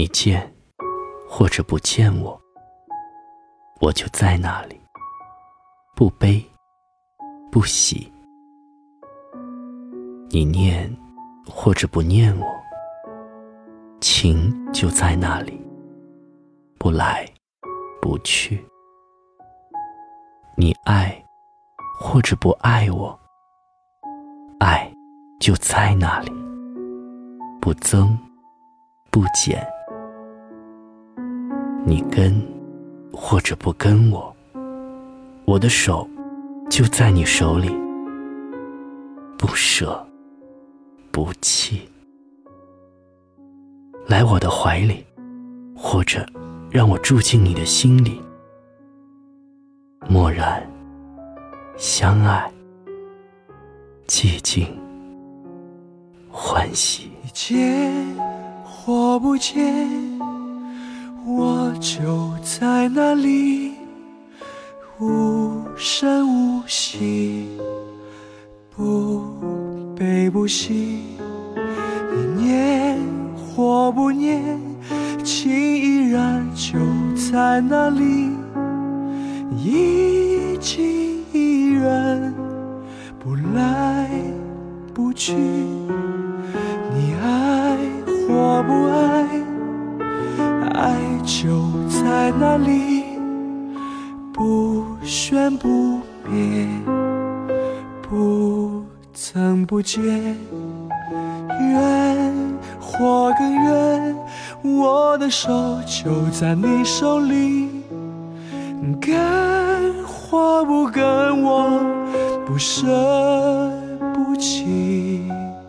你见或者不见我，我就在那里，不悲不喜。你念或者不念我，情就在那里，不来不去。你爱或者不爱我，爱就在那里，不增不减。你跟或者不跟我，我的手就在你手里，不舍不弃。来我的怀里，或者让我住进你的心里，默然相爱，寂静欢喜。 你见或不见，我就在那里，无声无息，不悲不喜。你念或不念，情依然就在那里，一静一人，不来不去。你爱或不爱，爱就在那里，不喧不灭，不增不减。远或更远，我的手就在你手里，跟或不跟我，不舍不弃。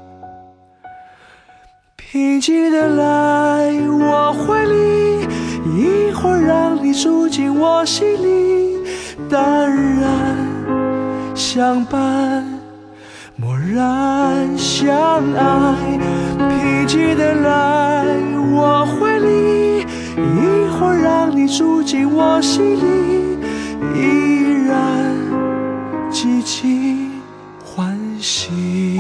平静地来我怀里，一会儿让你住进我心里，淡然相伴，默然相爱。平静地来我怀里，一会儿让你住进我心里，依然寂静欢喜。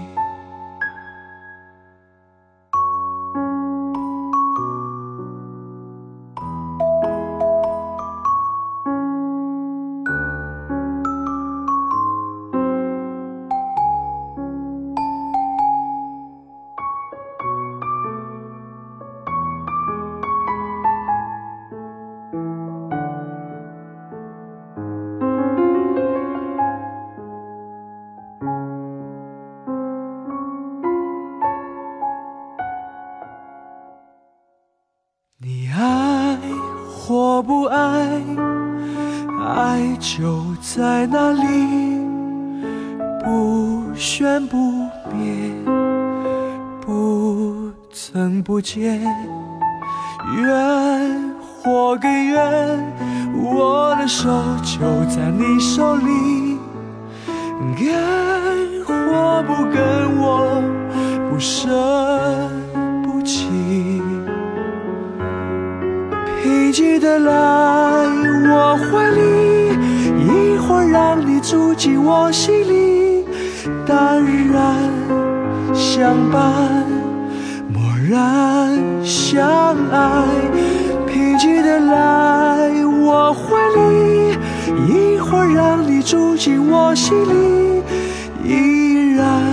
你爱或不爱，爱就在那里，不喧不灭，不增不减。远或更远，我的手就在你手里，跟或不跟我，不舍不弃。平静地来我怀里，一会儿让你住进我心里，淡然相伴，默然相爱。平静地来我怀里，一会儿让你住进我心里，依然